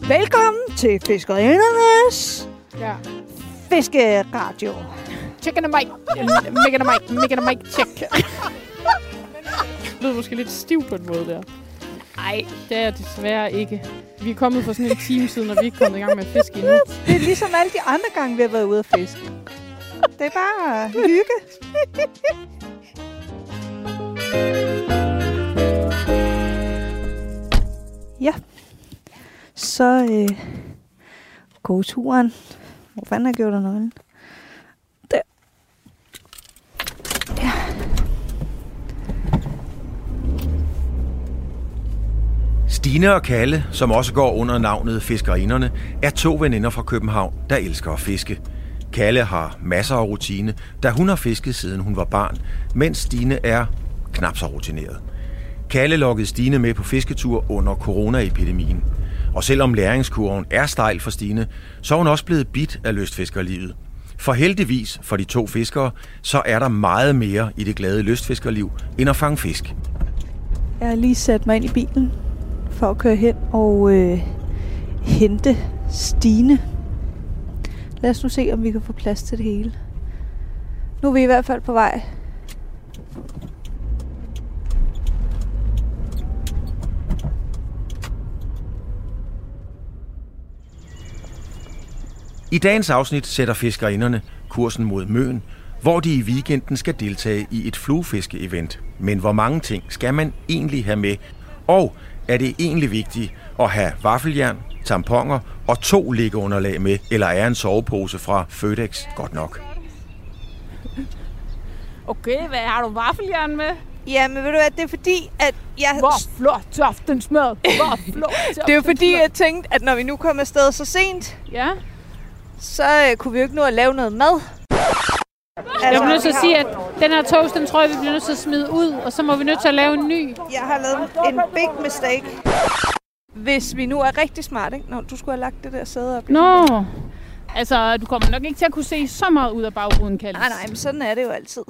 Velkommen til Fiskerindernes Fiskeradio. Chicken and Mike. Making a mic check. Det lyder måske lidt stiv på en måde der. Nej, det er jeg desværre ikke. Vi er kommet for sådan en time siden, og vi er ikke kommet i gang med at fiske endnu. Det er ligesom alle de andre gange, vi har været ude at fiske. Det er bare hygge. Ja. Så gå turen. Hvor fanden har jeg gjort af nøglen? Der. Ja. Stine og Kalle, som også går under navnet Fiskerinderne, er 2 veninder fra København, der elsker at fiske. Kalle har masser af rutine, da hun har fisket siden hun var barn, mens Stine er knap så rutineret. Kalle lokkede Stine med på fisketur under coronaepidemien. Og selvom læringskurven er stejl for Stine, så er hun også blevet bidt af lystfiskerlivet. For heldigvis for de 2 fiskere, så er der meget mere i det glade lystfiskerliv, end at fange fisk. Jeg har lige sat mig ind i bilen for at køre hen og hente Stine. Lad os nu se, om vi kan få plads til det hele. Nu er vi i hvert fald på vej. I dagens afsnit sætter fiskerinderne kursen mod Møn, hvor de i weekenden skal deltage i et fluefiske-event. Men hvor mange ting skal man egentlig have med? Og er det egentlig vigtigt at have vaffeljern, tamponer og 2 liggeunderlag med, eller er en sovepose fra Føtex godt nok? Okay, hvad har du vaffeljern med? Ja, men ved du hvad, det er fordi, at jeg... Hvor flot aftensmad. Hvor flot Det er jo fordi, jeg tænkte, at når vi nu kommer afsted så sent, ja, så kunne vi jo ikke nå at lave noget mad. Jeg bliver nødt til at sige, at den her toast, den tror jeg, vi bliver nødt til at smide ud, og så må vi nødt til at lave en ny. Jeg har lavet en big mistake. Hvis vi nu er rigtig smart, ikke? Nå, du skulle have lagt det der sæde op. Nå, altså du kommer nok ikke til at kunne se så meget ud af bagruden, Kalle. Nej, men sådan er det jo altid.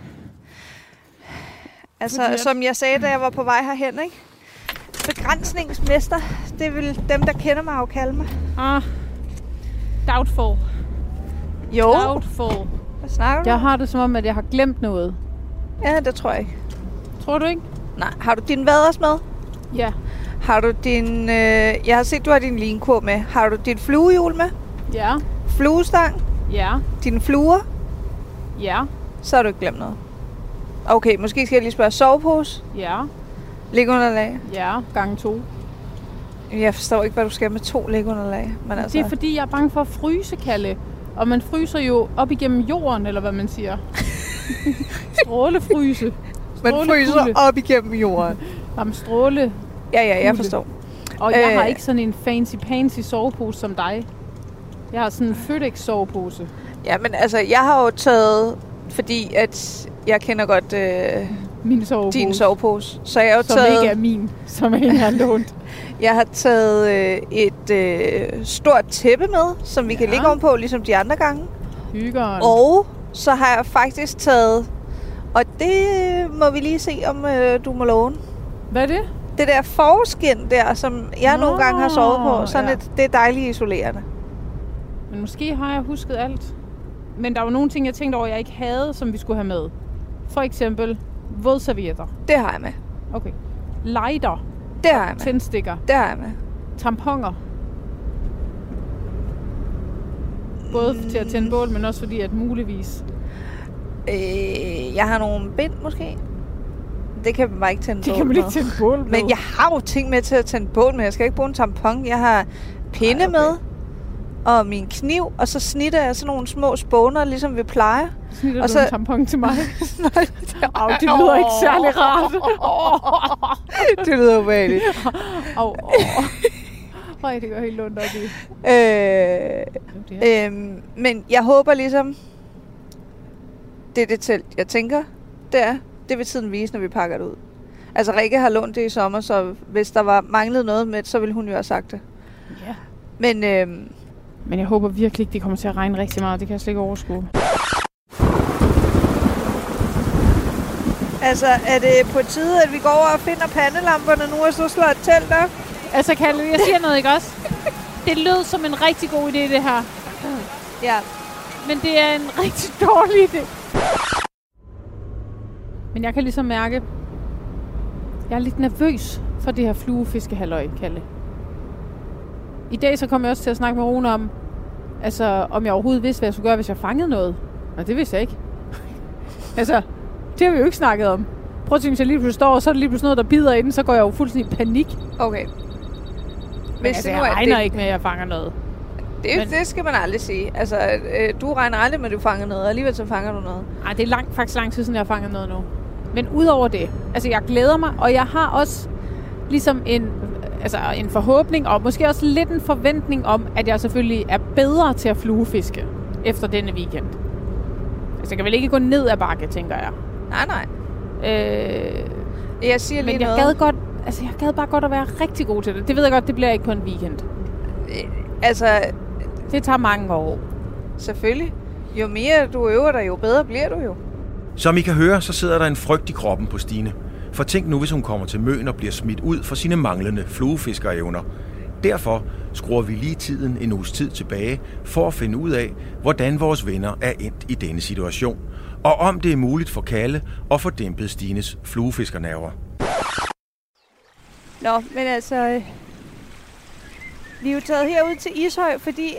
Altså, som jeg sagde, da jeg var på vej herhen, ikke? Begrænsningsmester, det vil dem, der kender mig, jo kalde mig. Doubtful. Jo. Doubtful. Hvad snakker du? Jeg har det som om, at jeg har glemt noget. Ja, det tror jeg ikke. Tror du ikke? Nej, har du din vaders med? Ja. Har du din... jeg har set, du har din linkur med. Har du dit fluehjul med? Ja. Fluestang? Ja. Dine fluer? Ja. Så har du ikke glemt noget. Okay, måske skal jeg lige spørge. Sovepose? Ja. Ligunderlag? Ja, gange 2. Jeg forstår ikke, hvad du skal med 2 ligunderlag. Men altså... Det er fordi, jeg er bange for at fryse, Kalle. Og man fryser jo op igennem jorden, eller hvad man siger. Strålefryse. Man fryser op igennem jorden. Jamen, stråle. Ja, jeg forstår. Og jeg har ikke sådan en fancy sovepose som dig. Jeg har sådan en Føtex sovepose. Ja, men altså, jeg har jo taget, fordi at jeg kender godt min sovepose. Din sovepose. Så jeg har jo som taget, ikke er min, som en jeg har lånt. Jeg har taget et stort tæppe med, som vi kan ligge ovenpå, ligesom de andre gange. Hyggeren. Og så har jeg faktisk taget, og det må vi lige se, om du må låne. Hvad er det? Det der forskin der, som jeg nogle gange har sovet på. Sådan det er dejligt isolerende. Men måske har jeg husket alt. Men der var nogle ting, jeg tænkte over, jeg ikke havde, som vi skulle have med. For eksempel vådservietter. Det har jeg med. Okay. Lighter. Det har jeg med. Tændstikker. Det har jeg med. Tamponer. Både til at tænde bål, men også fordi, at muligvis... Jeg har nogle bind, måske. Det kan man bare ikke tænde bål med. Det kan man ikke tænde bål med. Men jeg har jo ting med til at tænde bål med. Jeg skal ikke bruge en tampon. Jeg har pinde med. Og min kniv. Og så snitter jeg sådan nogle små spåner, ligesom vi plejer. Snitter og du så... en tampon til mig? Det lyder ikke særlig rart. Det lyder ubehageligt. Øj, det gør helt ondt op i. Men jeg håber ligesom, det er det telt, jeg tænker, det vil tiden vise, når vi pakker det ud. Altså, Rikke har lånt det i sommer, så hvis der var manglet noget med, så ville hun jo have sagt det. Ja. Men jeg håber virkelig ikke, det kommer til at regne rigtig meget. Det kan jeg slet ikke overskue. Altså, er det på tide, at vi går over og finder pandelamperne nu, og så slår et telt op? Altså, Kalle, jeg siger noget, ikke også? Det lød som en rigtig god idé, det her. Ja. Men det er en rigtig dårlig idé. Men jeg kan ligesom mærke, jeg er lidt nervøs for det her fluefiskehalløj, Kalle. I dag så kom jeg også til at snakke med Rune om, altså om jeg overhovedet vidste, hvad jeg skulle gøre, hvis jeg fangede noget. Og det vidste jeg ikke. Altså, det har vi jo ikke snakket om. Prøv at tænke, hvis jeg lige pludselig står, og så er det lige pludselig noget, der bider inden, så går jeg jo fuldstændig i panik. Okay. Men altså, jeg regner ikke med, at jeg fanger noget. Det skal man aldrig sige. Altså, du regner aldrig med, at du fanger noget, og alligevel så fanger du noget. Nej, det er faktisk lang tid siden, jeg har fanget noget nu. Men udover det, altså jeg glæder mig, og jeg har også ligesom en forhåbning, og måske også lidt en forventning om, at jeg selvfølgelig er bedre til at fluefiske efter denne weekend. Altså jeg kan vel ikke gå ned ad bakke, tænker jeg. Nej. Jeg siger lige noget. Men jeg gad bare godt at være rigtig god til det. Det ved jeg godt, det bliver ikke på en weekend. Altså... Det tager mange år. Selvfølgelig. Jo mere du øver dig, jo bedre bliver du jo. Som I kan høre, så sidder der en frygt i kroppen på Stine. For tænk nu, hvis hun kommer til Møn og bliver smidt ud for sine manglende fluefiskerevner. Derfor skruer vi lige tiden en uges tid tilbage for at finde ud af, hvordan vores venner er endt i denne situation. Og om det er muligt for Kalle at få dæmpet Stines fluefiskernerver. Nå, men altså... vi er jo taget herud til Ishøj, fordi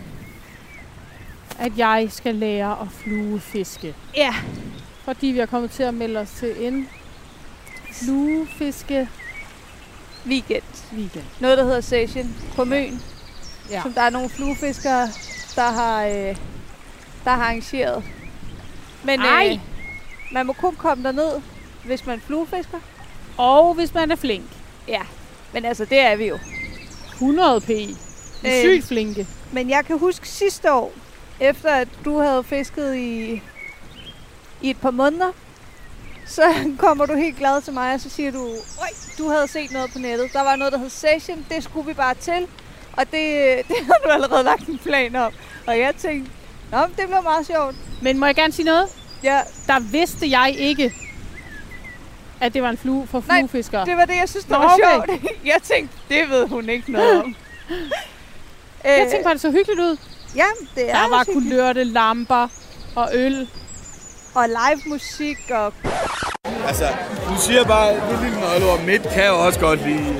at jeg skal lære at fluefiske. Ja. Fordi vi er kommet til at melde os til en fluefiske weekend. Noget, der hedder Session på Møn. Ja. Som der er nogle fluefiskere, der har arrangeret. Men man må kun komme derned, hvis man fluefisker. Og hvis man er flink. Ja, men altså det er vi jo. 100 p. Sygt flinke. Men jeg kan huske sidste år, efter at du havde fisket i et par måneder, så kommer du helt glad til mig, og så siger du, du havde set noget på nettet. Der var noget, der hed Session, det skulle vi bare til. Og det har du allerede lagt en plan om. Og jeg tænkte, det bliver meget sjovt. Men må jeg gerne sige noget? Ja. Der vidste jeg ikke, at det var en fluefiskere. Nej, det var det, jeg synes, det var sjovt. Jeg tænkte, det ved hun ikke noget om. Jeg tænkte bare, det så hyggeligt ud. Ja, det er. Der var kulørte lamper og øl. Og live musik og... Altså, du siger bare, at det lille nøgleord midt kan jeg også godt lide.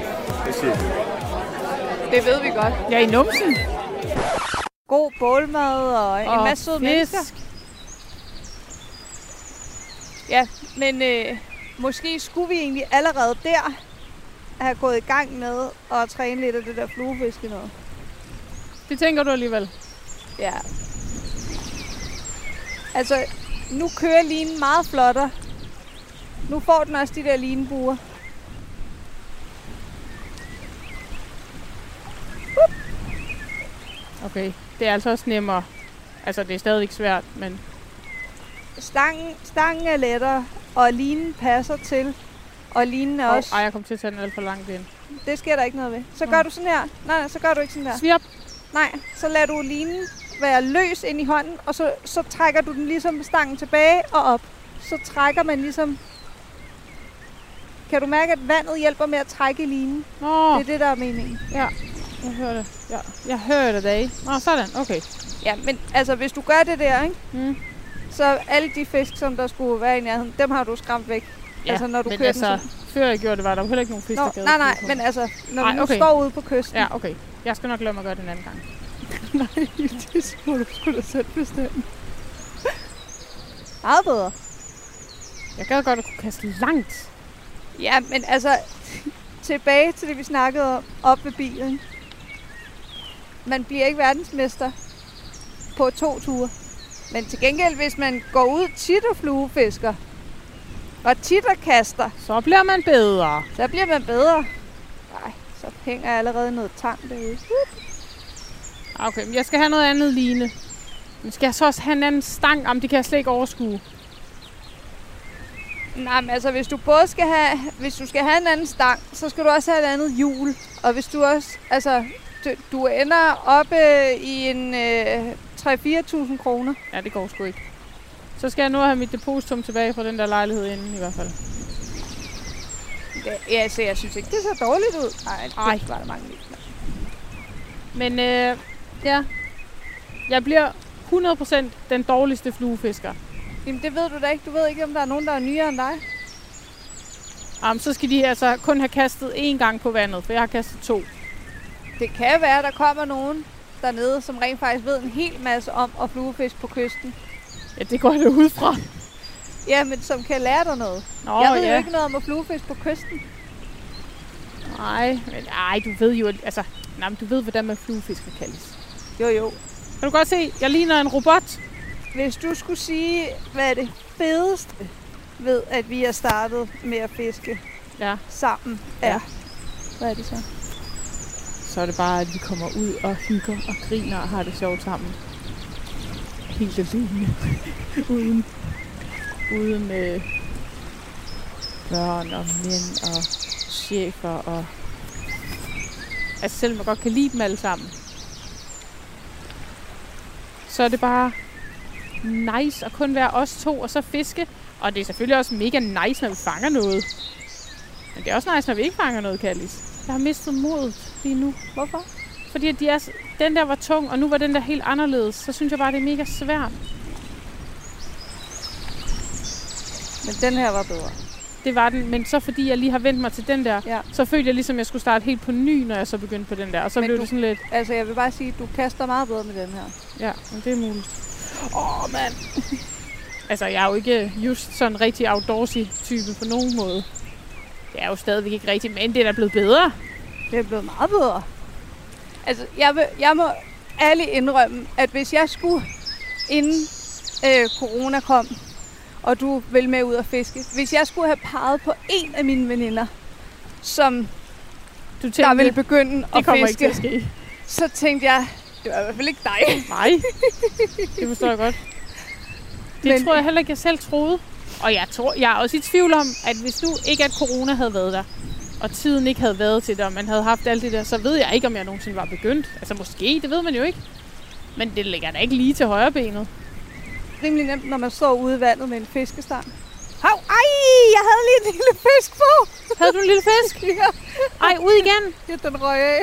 Det ved vi godt. Ja, i numsen. God bålmad og en masse søde mennesker. Ja, men måske skulle vi egentlig allerede der have gået i gang med at træne lidt af det der fluefiske noget. Det tænker du alligevel? Ja. Altså, nu kører linen meget flottere. Nu får den også de der linebuer. Okay, det er altså også nemmere. Altså, det er stadigvæk svært, men... Stangen er lettere, og linen passer til. Og linen er også... Ej, jeg kom til at tage den alt for langt ind. Det sker der ikke noget ved. Så gør du sådan her. Nej, så gør du ikke sådan der. Svirp. Nej, så lader du linen være løs ind i hånden, og så trækker du den ligesom stangen tilbage og op. Så trækker man ligesom... Kan du mærke, at vandet hjælper med at trække i linen? Det er det, der er meningen. Ja, jeg hører det. Ja, jeg hører det da, ikke? Sådan, okay. Ja, men altså, hvis du gør det der, ikke? Så alle de fisk, som der skulle være i nærheden, dem har du skræmt væk. Ja, altså, når du men kører altså, den før jeg gjorde det, var der jo heller ikke nogen fisk, der gad. Nej, men altså, når du står ude på kysten. Ja, okay. Jeg skal nok lade mig gøre det en anden gang. Nej, det må du sgu da selv bestemme. Meget bedre. Jeg gad godt at kunne kaste langt. Ja, men altså, tilbage til det, vi snakkede om, op ved bilen. Man bliver ikke verdensmester på 2 ture. Men til gengæld, hvis man går ud tit og fluefisker, og tit og kaster, så bliver man bedre. Nej, så hænger jeg allerede noget tang derude. Okay, men jeg skal have noget andet line. Men skal jeg så også have en anden stang? Jamen, det kan jeg slet ikke overskue. Nej, men altså, hvis du skal have en anden stang, så skal du også have et andet hjul. Og hvis du også, altså, du ender oppe i en 3-4.000 kroner. Ja, det går sgu ikke. Så skal jeg nu have mit depositum tilbage fra den der lejlighed inden, i hvert fald. Ja, så jeg synes ikke, det ser dårligt ud. Nej, det var der mange lidt. Men ja, jeg bliver 100% den dårligste fluefisker. Jamen, det ved du da ikke. Du ved ikke, om der er nogen, der er nyere end dig. Så skal de altså kun have kastet 1 gang på vandet, for jeg har kastet 2. Det kan være, der kommer nogen dernede, som rent faktisk ved en hel masse om at fluefiske på kysten. Ja, det går jeg da ud fra. Ja, men som kan lære dig noget. Nå, Jeg ved jo ikke noget om at fluefiske på kysten. Nej, men du ved jo, altså, men du ved, hvordan man fluefisker, Kallis. Jo. Kan du godt se, jeg ligner en robot. Hvis du skulle sige, hvad er det fedeste ved, at vi er startet med at fiske sammen, hvad er det så? Så er det bare, at vi kommer ud og hygger og griner og har det sjovt sammen. Helt alene. uden børn og mænd og chefer og... Altså selvom man godt kan lide dem alle sammen. Så er det bare nice at kun være os 2 og så fiske. Og det er selvfølgelig også mega nice, når vi fanger noget. Men det er også nice, når vi ikke fanger noget, Kallis. Jeg har mistet modet lige nu. Hvorfor? Fordi at den der var tung, og nu var den der helt anderledes. Så synes jeg bare, det er mega svært. Men den her var bedre. Det var den, men så fordi jeg lige har vendt mig til den der, så følte jeg ligesom, at jeg skulle starte helt på ny, når jeg så begyndte på den der. Og så blev det sådan lidt... Altså, jeg vil bare sige, at du kaster meget bedre med den her. Ja, men det er muligt. Mand. Altså, jeg er jo ikke just sådan en rigtig outdoorsy type på nogen måde. Det er jo stadigvæk ikke rigtigt, men det er da blevet bedre. Det er blevet meget bedre. Altså, jeg må ærligt indrømme, at hvis jeg skulle, inden corona kom, og du vil med ud og fiske, hvis jeg skulle have peget på en af mine veninder, som du tænkte, der ville begynde at fiske, ikke til at ske. Så tænkte jeg, det var i hvert fald ikke dig. Nej, det forstår jeg godt. Det tror jeg heller ikke, jeg selv troede. Og jeg er også i tvivl om, at hvis nu ikke at corona havde været der, og tiden ikke havde været til det, og man havde haft alt det der, så ved jeg ikke, om jeg nogensinde var begyndt. Altså måske, det ved man jo ikke. Men det ligger da ikke lige til højre benet. Rimelig nemt, når man står ude i vandet med en fiskestang. Jeg havde lige en lille fisk på. Havde du en lille fisk? Ja. Ej, ud igen. Ja, den røg af.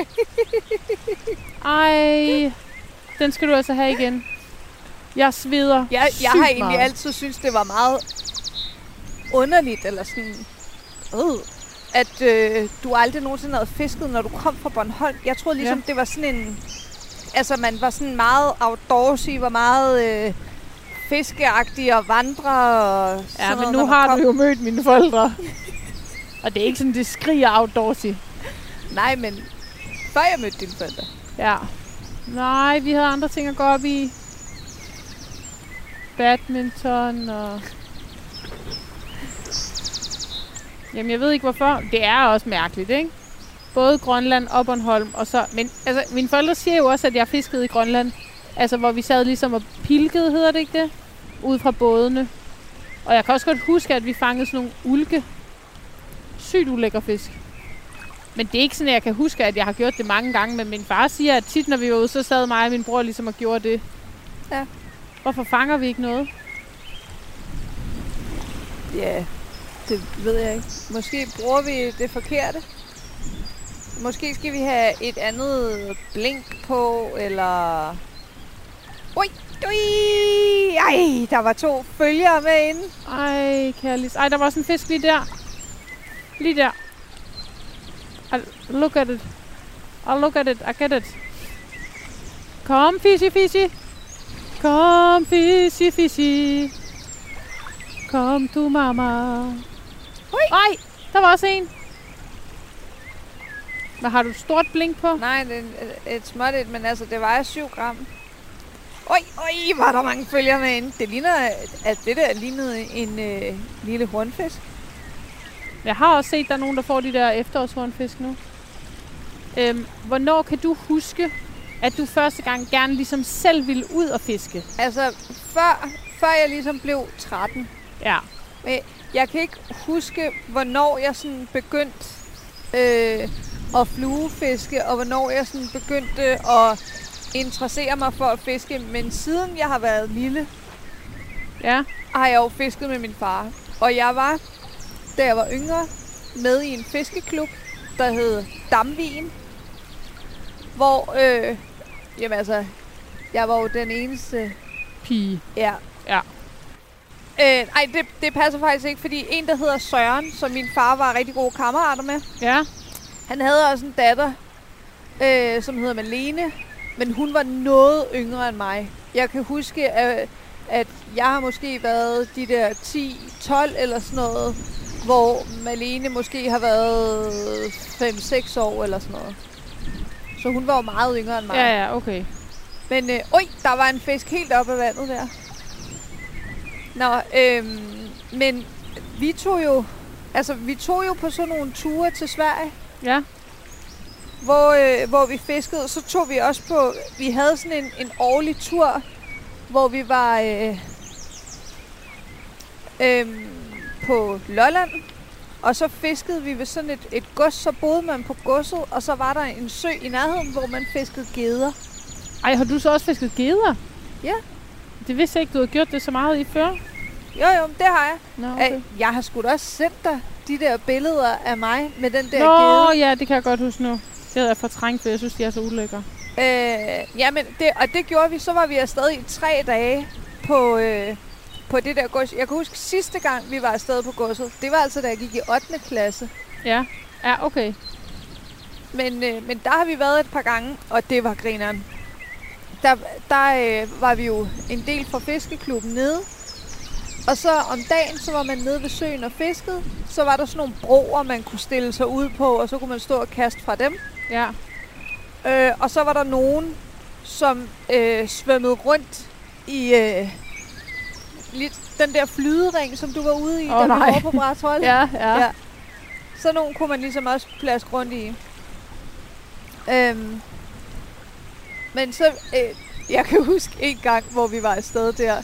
Ej, den skal du altså have igen. Jeg sveder Jeg har egentlig meget. altid synes det var meget underligt, eller sådan, at du aldrig nogensinde havde fisket, når du kom fra Bornholm. Jeg troede ligesom, det var sådan en... Altså, man var sådan meget outdoorsy, var meget fiskeagtig og vandre og sådan men noget, nu har du jo mødt mine forældre. Og det er ikke sådan, det skriger outdoorsy. Nej, men før jeg mødte dine forældre. Ja. Nej, vi havde andre ting at gå op i. Badminton og... Jamen, jeg ved ikke hvorfor. Det er også mærkeligt, ikke? Både Grønland og Bornholm. Og så... Men altså, mine forældre siger jo også, at jeg fiskede i Grønland. Altså, hvor vi sad ligesom og pilkede, hedder det ikke det? Ude fra bådene. Og jeg kan også godt huske, at vi fangede sådan nogle ulke. Sygt ulækker fisk. Men det er ikke sådan, at jeg kan huske, at jeg har gjort det mange gange. Men min far siger, at tit, når vi var ude, så sad mig og min bror ligesom og gjorde det. Ja. Hvorfor fanger vi ikke noget? Ja, det ved jeg ikke. Måske bruger vi det forkerte. Måske skal vi have et andet blink på, eller... Ui! Ej, der var 2 følgere med inde. Ej, Kallis. Ej, der var sådan en fisk lige der. Lige der. Look at it. Look at it. I get it. Kom, fishy. Kom, fishy. Kom du, mama. Ej, der var også en. Hvad har du et stort blink på? Nej, det er et småt et, men altså, det vejer 7 gram. Oj, var der mange følgere med inde. Det ligner, at det der lignede en lille hornfisk. Jeg har også set, der er nogen, der får de der efterårshornfisk nu. Hvornår kan du huske, at du første gang gerne ligesom selv ville ud og fiske? Altså, før jeg ligesom blev 13. Ja. Men jeg kan ikke huske, hvornår jeg sådan begyndte at fluefiske, og hvornår jeg sådan begyndte at interessere mig for at fiske. Men siden jeg har været lille, har jeg jo fisket med min far. Og jeg var, da jeg var yngre, med i en fiskeklub, der hed Damvien. hvor, jamen altså, jeg var jo den eneste Pige. Ja. Ja. Nej, det passer faktisk ikke, fordi en, der hedder Søren, som min far var rigtig gode kammerater med, Ja. han havde også en datter, som hedder Malene, men hun var noget yngre end mig. Jeg kan huske, at jeg har måske været de der 10-12 eller sådan noget, hvor Malene måske har været 5-6 år eller sådan noget. Så hun var jo meget yngre end mig. Ja, okay. Men, der var en fisk helt op af vandet der. Nå, men vi tog jo på sådan nogle ture til Sverige, Ja. hvor vi fiskede. Så tog vi også på, vi havde sådan en årlig tur, hvor vi var på Lolland. Og så fiskede vi ved sådan et gods, så boede man på godset, og så var der en sø i nærheden, hvor man fiskede geder. Ej, har du så også fisket geder? Ja. Det vidste jeg ikke, du havde gjort det så meget i før. Jo, det har jeg. Nå, okay. Jeg har sgu da også sendt dig de der billeder af mig med den der Nå, gede. ja, det kan jeg godt huske nu. Det havde jeg fortrængt, for jeg synes, de er så ulækre. Jamen, det gjorde vi. Så var vi afsted i 3 dage på det der gods. Jeg kan huske sidste gang, vi var afsted på godset. Det var altså, da jeg gik i 8. klasse. Ja, okay. Men der har vi været et par gange, og det var grineren. Der var vi jo en del fra fiskeklubben nede. Og så om dagen, så var man nede ved søen og fiskede. Så var der sådan nogle broer, man kunne stille sig ud på, og så kunne man stå og kaste fra dem. Ja. Og så var der nogen, som svømmede rundt i den der flydering, som du var ude i, da vi var på Bratsholm. Ja. Så nogen kunne man ligesom også plaske rundt i. Men så, jeg kan huske en gang, hvor vi var afsted der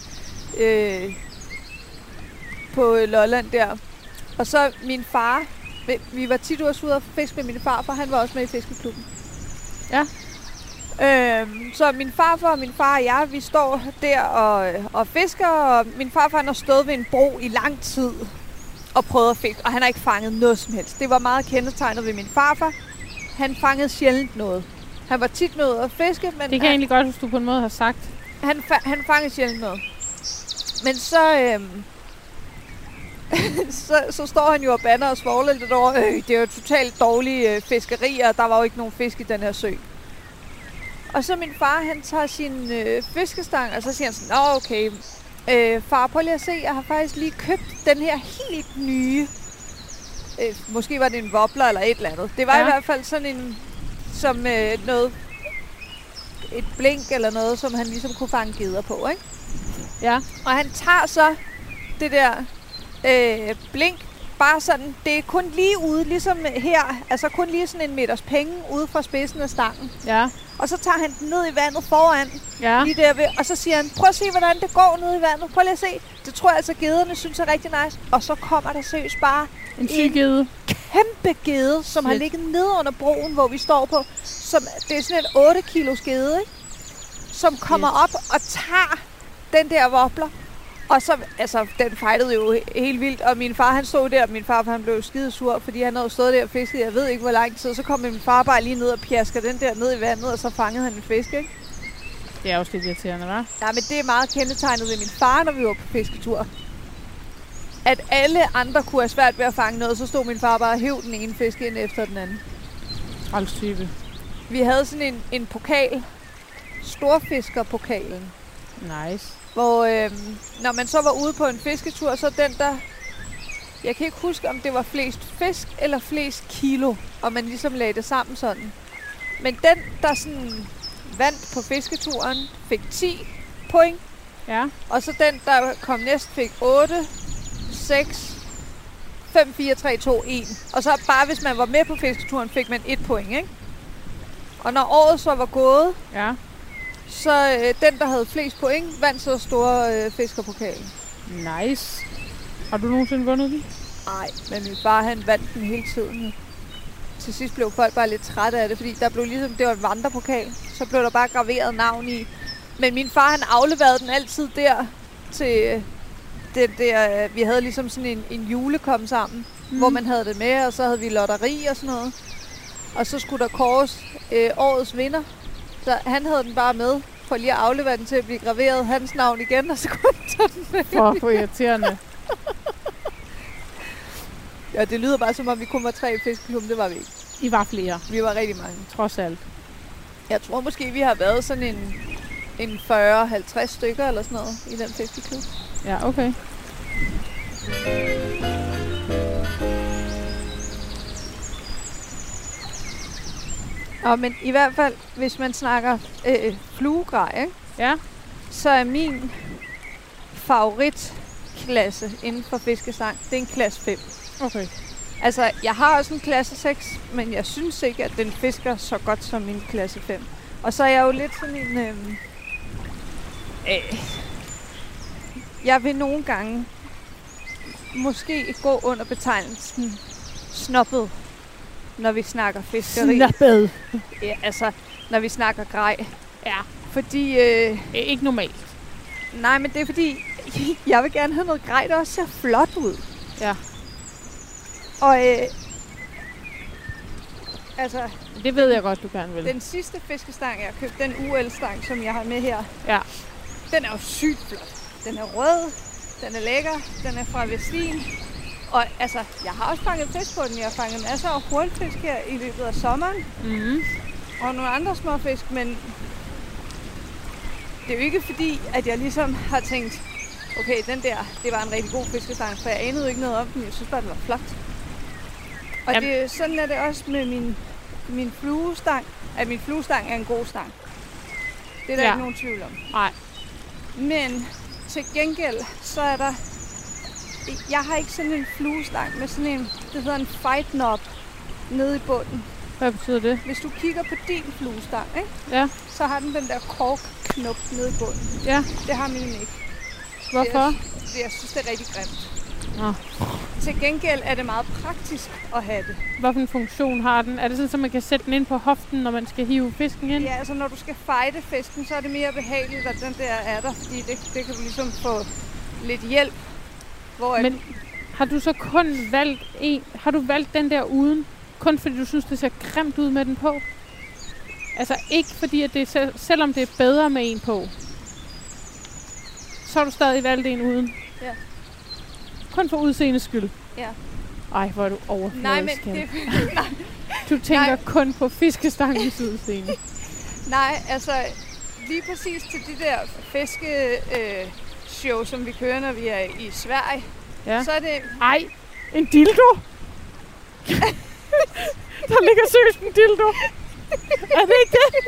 på Lolland der. Og så min far, vi var tit ude at fiske med min far, for han var også med i fiskeklubben. Ja. Så min farfar og min far og jeg, vi står der og fisker, og min farfar han har stået ved en bro i lang tid og prøvet at fiske, og han har ikke fanget noget som helst. Det var meget kendetegnet ved min farfar. Han fangede sjældent noget. Han var tit med at fiske, men... Det kan jeg egentlig godt, hvis du på en måde har sagt. Han fangede sjældent noget. Men så... så står han jo og bander og svogler lidt over, det er jo totalt dårlige fiskerier, og der var jo ikke nogen fisk i den her sø. Og så min far, han tager sin fiskestang, og så siger han sådan, nå okay, far, prøv lige at se, jeg har faktisk lige købt den her helt nye, måske var det en wobbler eller et eller andet. Det var i hvert fald sådan en, som noget, et blink eller noget, som han ligesom kunne fange geder på, ikke? Ja. Og han tager så det der blink, bare sådan, det er kun lige ude, ligesom her, altså kun lige sådan 1 meters penge ude fra spidsen af stangen. Ja. Og så tager han den ned i vandet foran, lige derved, og så siger han, prøv at se, hvordan det går ned i vandet. Prøv lige at se. Det tror jeg altså, gederne synes er rigtig nice. Og så kommer der seriøst bare en syg gede. Kæmpe gede, som har ligget nede under broen, hvor vi står på. Det er sådan en 8 kilos gede, ikke? Som kommer op og tager den der wobbler. Og så, altså, den fejlede jo helt vildt, og min far, han stod der, og min far, han blev skidesur, fordi han havde stået der og fisket, jeg ved ikke, hvor lang tid, så kom min far bare lige ned og pjasker den der ned i vandet, og så fangede han en fisk, ikke? Det er også lidt irriterende, hva'? Ja, men det er meget kendetegnet ved min far, når vi var på fisketur. At alle andre kunne have svært ved at fange noget, så stod min far bare og hæv den ene fisk ind efter den anden. Trælstype. Vi havde sådan en pokal, storfiskerpokalen. Nice. Hvor når man så var ude på en fisketur, så den der... Jeg kan ikke huske, om det var flest fisk eller flest kilo, og man ligesom lagde det sammen sådan. Men den, der sådan vandt på fisketuren, fik 10 point. Ja. Og så den, der kom næst, fik 8, 6, 5, 4, 3, 2, 1. Og så bare hvis man var med på fisketuren, fik man 1 point, ikke? Og når året så var gået... Ja. Så den, der havde flest point, vandt så store fiskerpokalen. Nice. Har du nogensinde vundet den? Nej, men min far, han vandt den hele tiden. Til sidst blev folk bare lidt trætte af det, fordi der blev ligesom, det var en vandrepokal. Så blev der bare graveret navn i. Men min far, han afleverede den altid der til den der, vi havde ligesom sådan en julekom sammen, hvor man havde det med, og så havde vi lotteri og sådan noget. Og så skulle der kåres årets vinder. Så han havde den bare med, for lige at aflevere den til at blive graveret hans navn igen, og så kunne han tage den med. For irriterende. Ja, det lyder bare som om, vi kun var 3 i fiskeklubben. Det var vi ikke. I var flere. Vi var rigtig mange. Trods alt. Jeg tror måske, vi har været sådan en 40-50 stykker eller sådan noget i den fiskeklub. Ja, okay. Men i hvert fald, hvis man snakker fluegrej, ikke? Ja. Så er min favoritklasse inden for fiskestang, det er en klasse 5. Okay. Altså, jeg har også en klasse 6, men jeg synes ikke, at den fisker så godt som min klasse 5. Og så er jeg jo lidt sådan en... jeg vil nogle gange måske gå under betegnelsen snobbet, når vi snakker fiskeri. Snappet. Ja, altså, når vi snakker grej. Ja. Fordi... Ikke normalt. Nej, men det er fordi, jeg vil gerne have noget grej, der også ser flot ud. Ja. Og altså... Det ved jeg godt, du gerne vil. Den sidste fiskestang, jeg har købt, den UL-stang, som jeg har med her, Ja. den er jo sygt flot. Den er rød, den er lækker, den er fra Vestin. Og altså, jeg har også fanget fisk på den. Jeg har fanget masser af hornfisk her i løbet af sommeren. Mhm. Og nogle andre små fisk, men det er jo ikke fordi, at jeg ligesom har tænkt, okay, den der, det var en rigtig god fiskestang, for jeg anede jo ikke noget om den. Jeg synes bare, den var flot. Og det, sådan er det også med min fluestang, at min fluestang er en god stang. Det er der ikke nogen tvivl om. Nej. Men til gengæld, så er der... Jeg har ikke sådan en fluestang med sådan en, det hedder en fight knob nede i bunden. Hvad betyder det? Hvis du kigger på din fluestang, ikke? Ja. Så har den der korkknop nede i bunden. Ja. Det har min ikke. Hvorfor? Jeg synes, det er rigtig grimt. Nå. Til gengæld er det meget praktisk at have det. Hvilken funktion har den? Er det sådan, at man kan sætte den ind på hoften, når man skal hive fisken ind? Ja, altså når du skal fighte fisken, så er det mere behageligt, at den der er der. Fordi det kan du ligesom få lidt hjælp. Men har du så kun valgt har du valgt den der uden, kun fordi du synes, det ser grimt ud med den på? Altså ikke fordi, at det selvom det er bedre med en på, så har du stadig valgt en uden? Ja. Kun for udseendes skyld? Ja. Ej, hvor er du overfladisk. Nej, men det... Du tænker kun på fiskestangens udseende. Nej, altså lige præcis til de der show, som vi kører, når vi er i Sverige, så er det... Ej, en dildo? Der ligger seriøst en dildo. Er det ikke det?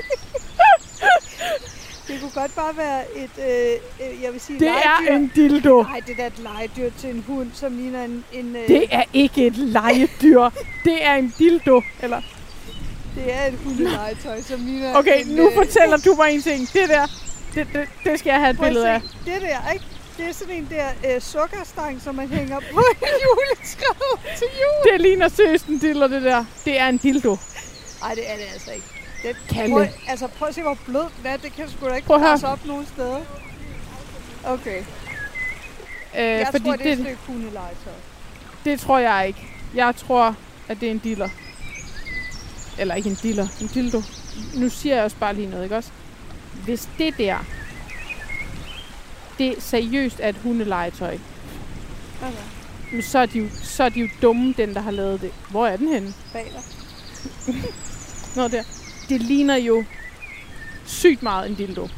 Det kunne godt bare være et, jeg vil sige, det legedyr. Er en dildo. Nej, det er et legedyr til en hund, som ligner en Det er ikke et legedyr. Det er en dildo, eller? Det er et hundelegetøj, som ligner okay, nu fortæller du mig en ting. Det der, det skal jeg have et billede af. Det der, ikke? Det er sådan en der sukkerstang, som man hænger på en juletræ til jul. Det ligner seriøst en dildo, det der. Det er en dildo. Nej, det er det altså ikke. Prøv at se, hvor blød den er. Det kan sgu da ikke passe op nogen steder. Okay. Jeg tror, det er et stykke hundelegetøj. Det tror jeg ikke. Jeg tror, at det er en diller. Eller ikke en diller, en dildo. Nu siger jeg også bare lige noget, ikke også? Hvis det der, det seriøst er et hundelegetøj, okay, så er de jo dumme, den der har lavet det. Hvor er den henne? Bag dig. Nå der. Det ligner jo sygt meget en dildo.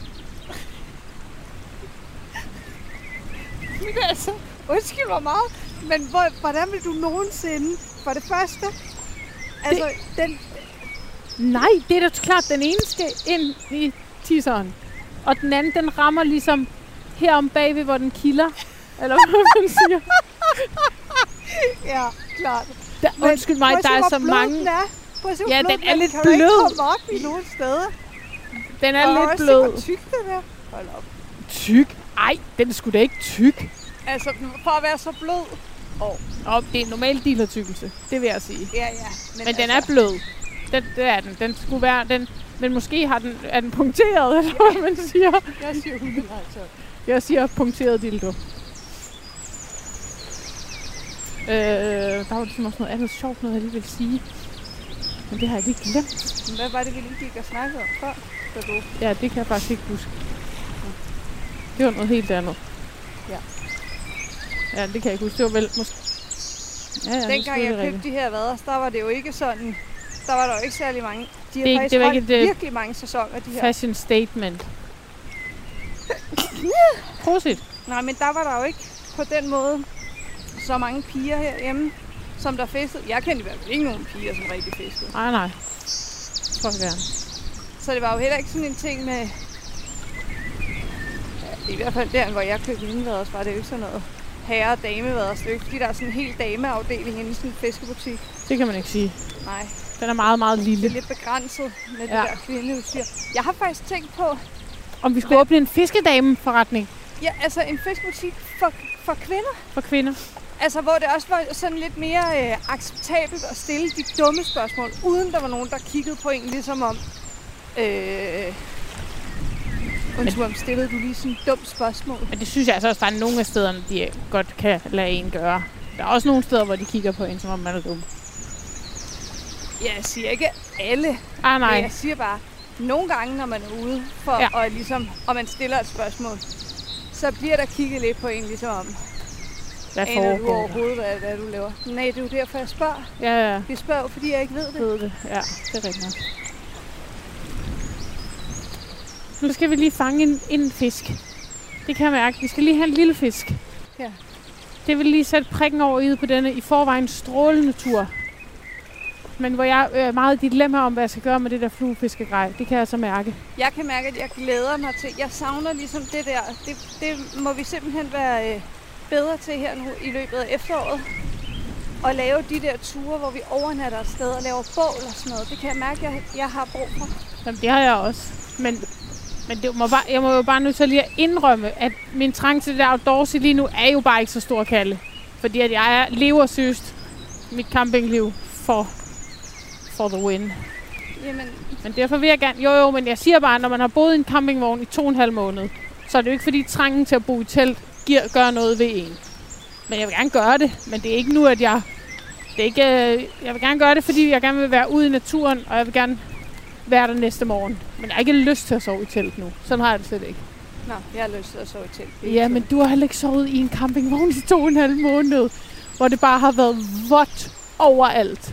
Men altså, undskyld mig meget, men hvordan vil du nogensinde, for det første, altså den... Nej, det er da klart, den ene skal ind i tisseren, og den anden, den rammer ligesom herom bagved, hvor den kilder, eller hvad man siger. Ja, klart. Undskyld mig, der er så mange... Ja, den er lidt blød. Kan du ikke komme op i nogle steder? Den er lidt blød. Hvor tyk den er. Hold op. Tyk? Ej, den er sgu da ikke tyk. Altså, for at være så blød. Det er en normal dealertykkelse, det vil jeg sige. Ja. Men den er blød. Det er den. Den skulle være... Men måske er den punkteret, eller hvad man siger. Jeg siger hundelegetøj. Jeg siger punkteret dildo. Der var ligesom også noget andet sjovt, noget jeg lige vil sige. Men det har jeg lige glemt. Men hvad var det, vi lige gik og snakkede om før? Ja, det kan jeg faktisk ikke huske. Det var noget helt andet. Ja. Ja, det kan jeg ikke huske. Det var vel måske... Ja, dengang jeg købte de her vaders, der var det jo ikke sådan... Der var der jo ikke særlig mange. De har faktisk det var holdt ikke virkelig mange sæsoner, de her. Fashion statement. Prosit. Nej, men der var der jo ikke på den måde så mange piger herhjemme, som der festede. Jeg kendte i hvert fald ikke nogen piger, som rigtig festede. Nej. Tror jeg gerne. Så det var jo heller ikke sådan en ting med... Ja, i hvert fald der, hvor jeg købte mine vaders, var det jo ikke sådan noget herre- og damevaders. Det er jo ikke, fordi der er sådan en helt dameafdeling inde i sådan en fiskebutik. Det kan man ikke sige. Nej. Den er meget, meget lille. Det er lidt begrænset med det der kvindeudstyr. Jeg har faktisk tænkt på... Om vi skulle åbne en fiskedameforretning. Ja, altså en fiskebutik for kvinder. For kvinder. Altså, hvor det også var sådan lidt mere acceptabelt at stille de dumme spørgsmål, uden der var nogen, der kiggede på en, ligesom om... Undskyld, stillede du lige sådan et dumt spørgsmål? Men det synes jeg altså også, der er nogle af stederne, de godt kan lade en gøre. Der er også nogle steder, hvor de kigger på en, som om man er dum. Ja, jeg siger ikke alle. Nej. Men jeg siger bare, nogle gange, når man er ude for at ligesom, og man stiller et spørgsmål, så bliver der kigget lidt på en, ligesom om... Hvad aner du overhovedet, hvad du laver? Nej, det er jo derfor, jeg spørger. Ja. Vi spørger jo, fordi jeg ikke ved det. Ja, det er rigtigt nok. Nu skal vi lige fange en fisk. Det kan jeg mærke. Vi skal lige have en lille fisk. Ja. Det vil lige sætte prikken over i på denne i forvejen strålende tur. Men hvor jeg er meget i dilemma om, hvad jeg skal gøre med det der fluefiskegrej. Det kan jeg så mærke. Jeg kan mærke, at jeg glæder mig til. Jeg savner ligesom det der. Det må vi simpelthen være bedre til her nu i løbet af efteråret. Og lave de der ture, hvor vi overnatter et sted og laver bål og sådan noget. Det kan jeg mærke, at jeg har brug for. Jamen, det har jeg også. Men jeg må jo bare nødt til lige at indrømme, at min trang til det der outdoorsy lige nu er jo bare ikke så stor, Kalle. Fordi at jeg lever søst mit campingliv for the win. Jamen. Men derfor vil jeg gerne... Jo, men jeg siger bare, når man har boet i en campingvogn i 2,5 måneder, så er det jo ikke fordi trangen til at bo i telt gør noget ved en. Men jeg vil gerne gøre det, men det er ikke nu, at jeg... Jeg vil gerne gøre det, fordi jeg gerne vil være ude i naturen, og jeg vil gerne være der næste morgen. Men jeg har ikke lyst til at sove i telt nu. Sådan har jeg det slet ikke. Nå, jeg har lyst til at sove i telt. Ja, men du har heller ikke sovet i en campingvogn i 2,5 måneder, hvor det bare har været vådt overalt.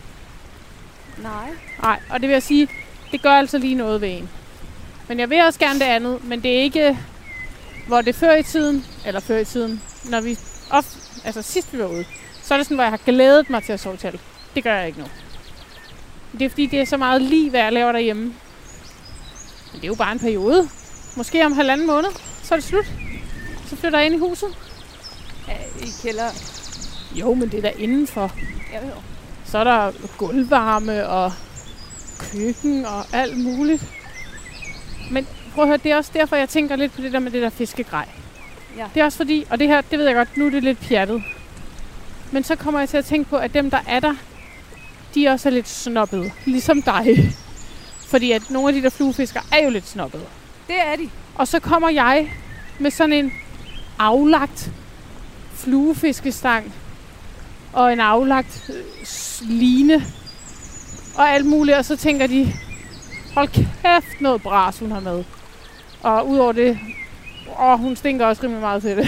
Nej, og det vil jeg sige, det gør altså lige noget ved en. Men jeg vil også gerne det andet, men det er ikke, hvor det før i tiden, når vi sidst vi var ude, så er det sådan, hvor jeg har glædet mig til at sove i telt. Det gør jeg ikke nu. Det er fordi, det er så meget lige, hvad jeg laver derhjemme. Men det er jo bare en periode. Måske om 1,5 måned, så er det slut. Så flytter jeg ind i huset. Ja, i kælder. Jo, men det er der indenfor. Jo. Så er der gulvvarme og køkken og alt muligt. Men prøv at høre, det er også derfor, jeg tænker lidt på det der med det der fiskegrej. Ja. Det er også fordi, og det her, det ved jeg godt, nu er det lidt pjattet. Men så kommer jeg til at tænke på, at dem, der er der, de også er lidt snobbede. Ligesom dig. Fordi at nogle af de der fluefiskere er jo lidt snobbede. Det er de. Og så kommer jeg med sådan en aflagt fluefiskestang og en aflagt line og alt muligt. Og så tænker de, hold kæft noget bras, hun har med. Og udover det, hun stinker også rimelig meget til det.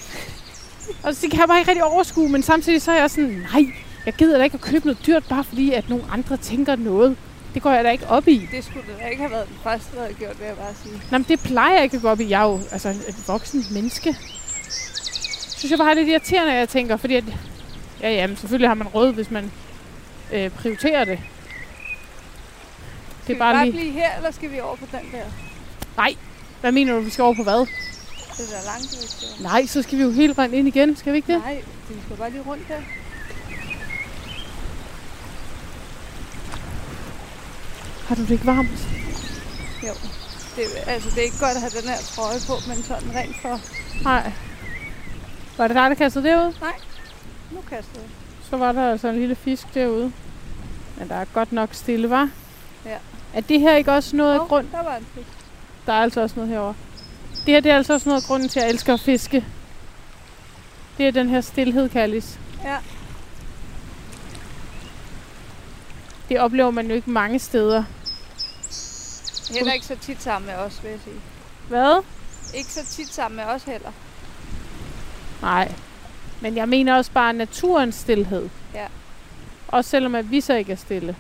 Og så kan jeg bare ikke rigtig overskue, men samtidig så er jeg sådan, nej, jeg gider da ikke at købe noget dyrt, bare fordi at nogle andre tænker noget. Det går jeg da ikke op i. Det skulle da ikke have været den første, der havde gjort, vil jeg bare sige. Nej, men det plejer jeg ikke at gå op i. Jeg er jo et voksent menneske. Synes jeg bare er lidt irriterende, jeg tænker, fordi at, men selvfølgelig har man råd, hvis man prioriterer det. Skal vi bare blive her, eller skal vi over på den der? Nej. Hvad mener du, vi skal over på hvad? Det er da langt væk. Nej, så skal vi jo helt vejen ind igen. Skal vi ikke det? Nej, vi skal bare lige rundt her. Har du det ikke varmt? Jo. Det er ikke godt at have den her trøje på, men sådan rent for... Nej. Var det dig, der kastede derud? Nej. Nu kastede jeg. Så var der altså en lille fisk derude. Men der er godt nok stille, hva'? Ja. Er det her ikke også noget af grund? Der var en fisk. Der er altså også noget herovre. Det her, det er altså også noget af grunden til, at jeg elsker at fiske. Det er den her stilhed, Kallis. Ja. Det oplever man jo ikke mange steder. Heller ikke så tit sammen med os, vil jeg sige. Hvad? Ikke så tit sammen med os heller. Nej. Men jeg mener også bare naturens stilhed. Ja. Også selvom at vi så ikke er stille.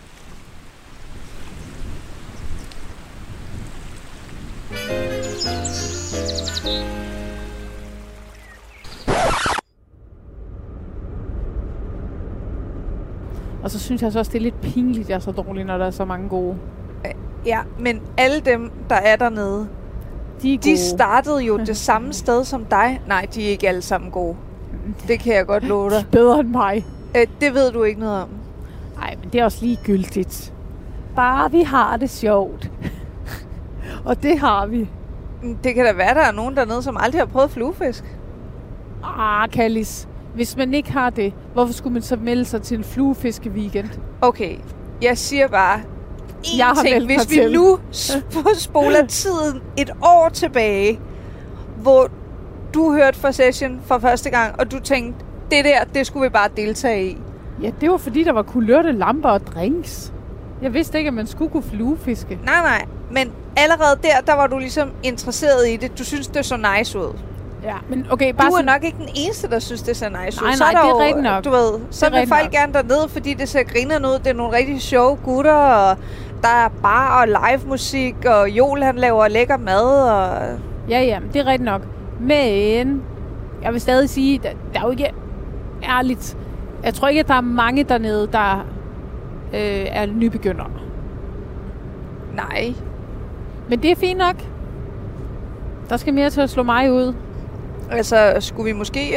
Og så synes jeg så også, det er lidt pinligt, at jeg er så dårlig, når der er så mange gode. Ja, men alle dem, der er dernede, de startede jo det samme sted som dig. Nej, de er ikke alle sammen gode. Det kan jeg godt love dig. De er bedre end mig. Det ved du ikke noget om. Nej, men det er også ligegyldigt. Bare vi har det sjovt. Og det har vi. Det kan da være, der er nogen dernede, som aldrig har prøvet fluefisk. Kallis. Hvis man ikke har det, hvorfor skulle man så melde sig til en fluefiske-weekend? Okay, jeg siger bare jeg en ting. Hvis vi nu spoler tiden et år tilbage, hvor du hørte for Session for første gang, og du tænkte, det skulle vi bare deltage i. Ja, det var fordi, der var kulørte lamper og drinks. Jeg vidste ikke, at man skulle kunne fluefiske. Nej, men allerede der var du ligesom interesseret i det. Du synes, det så nice ud. Ja, men okay, bare du er sådan... nok ikke den eneste, der synes, det ser nice ud. Nej, så er det er jo, rigtigt nok. Du ved, så vil folk gerne dernede, fordi det ser grinerne ud. Det er nogle rigtig sjove gutter, og der er bar og live musik, og Joel han laver lækker mad. Og... Ja, det er rigtigt nok. Men jeg vil stadig sige, der er jo ikke ærligt. Jeg tror ikke, at der er mange dernede, der er nybegyndere. Nej. Men det er fint nok. Der skal mere til at slå mig ud. Altså, skulle vi måske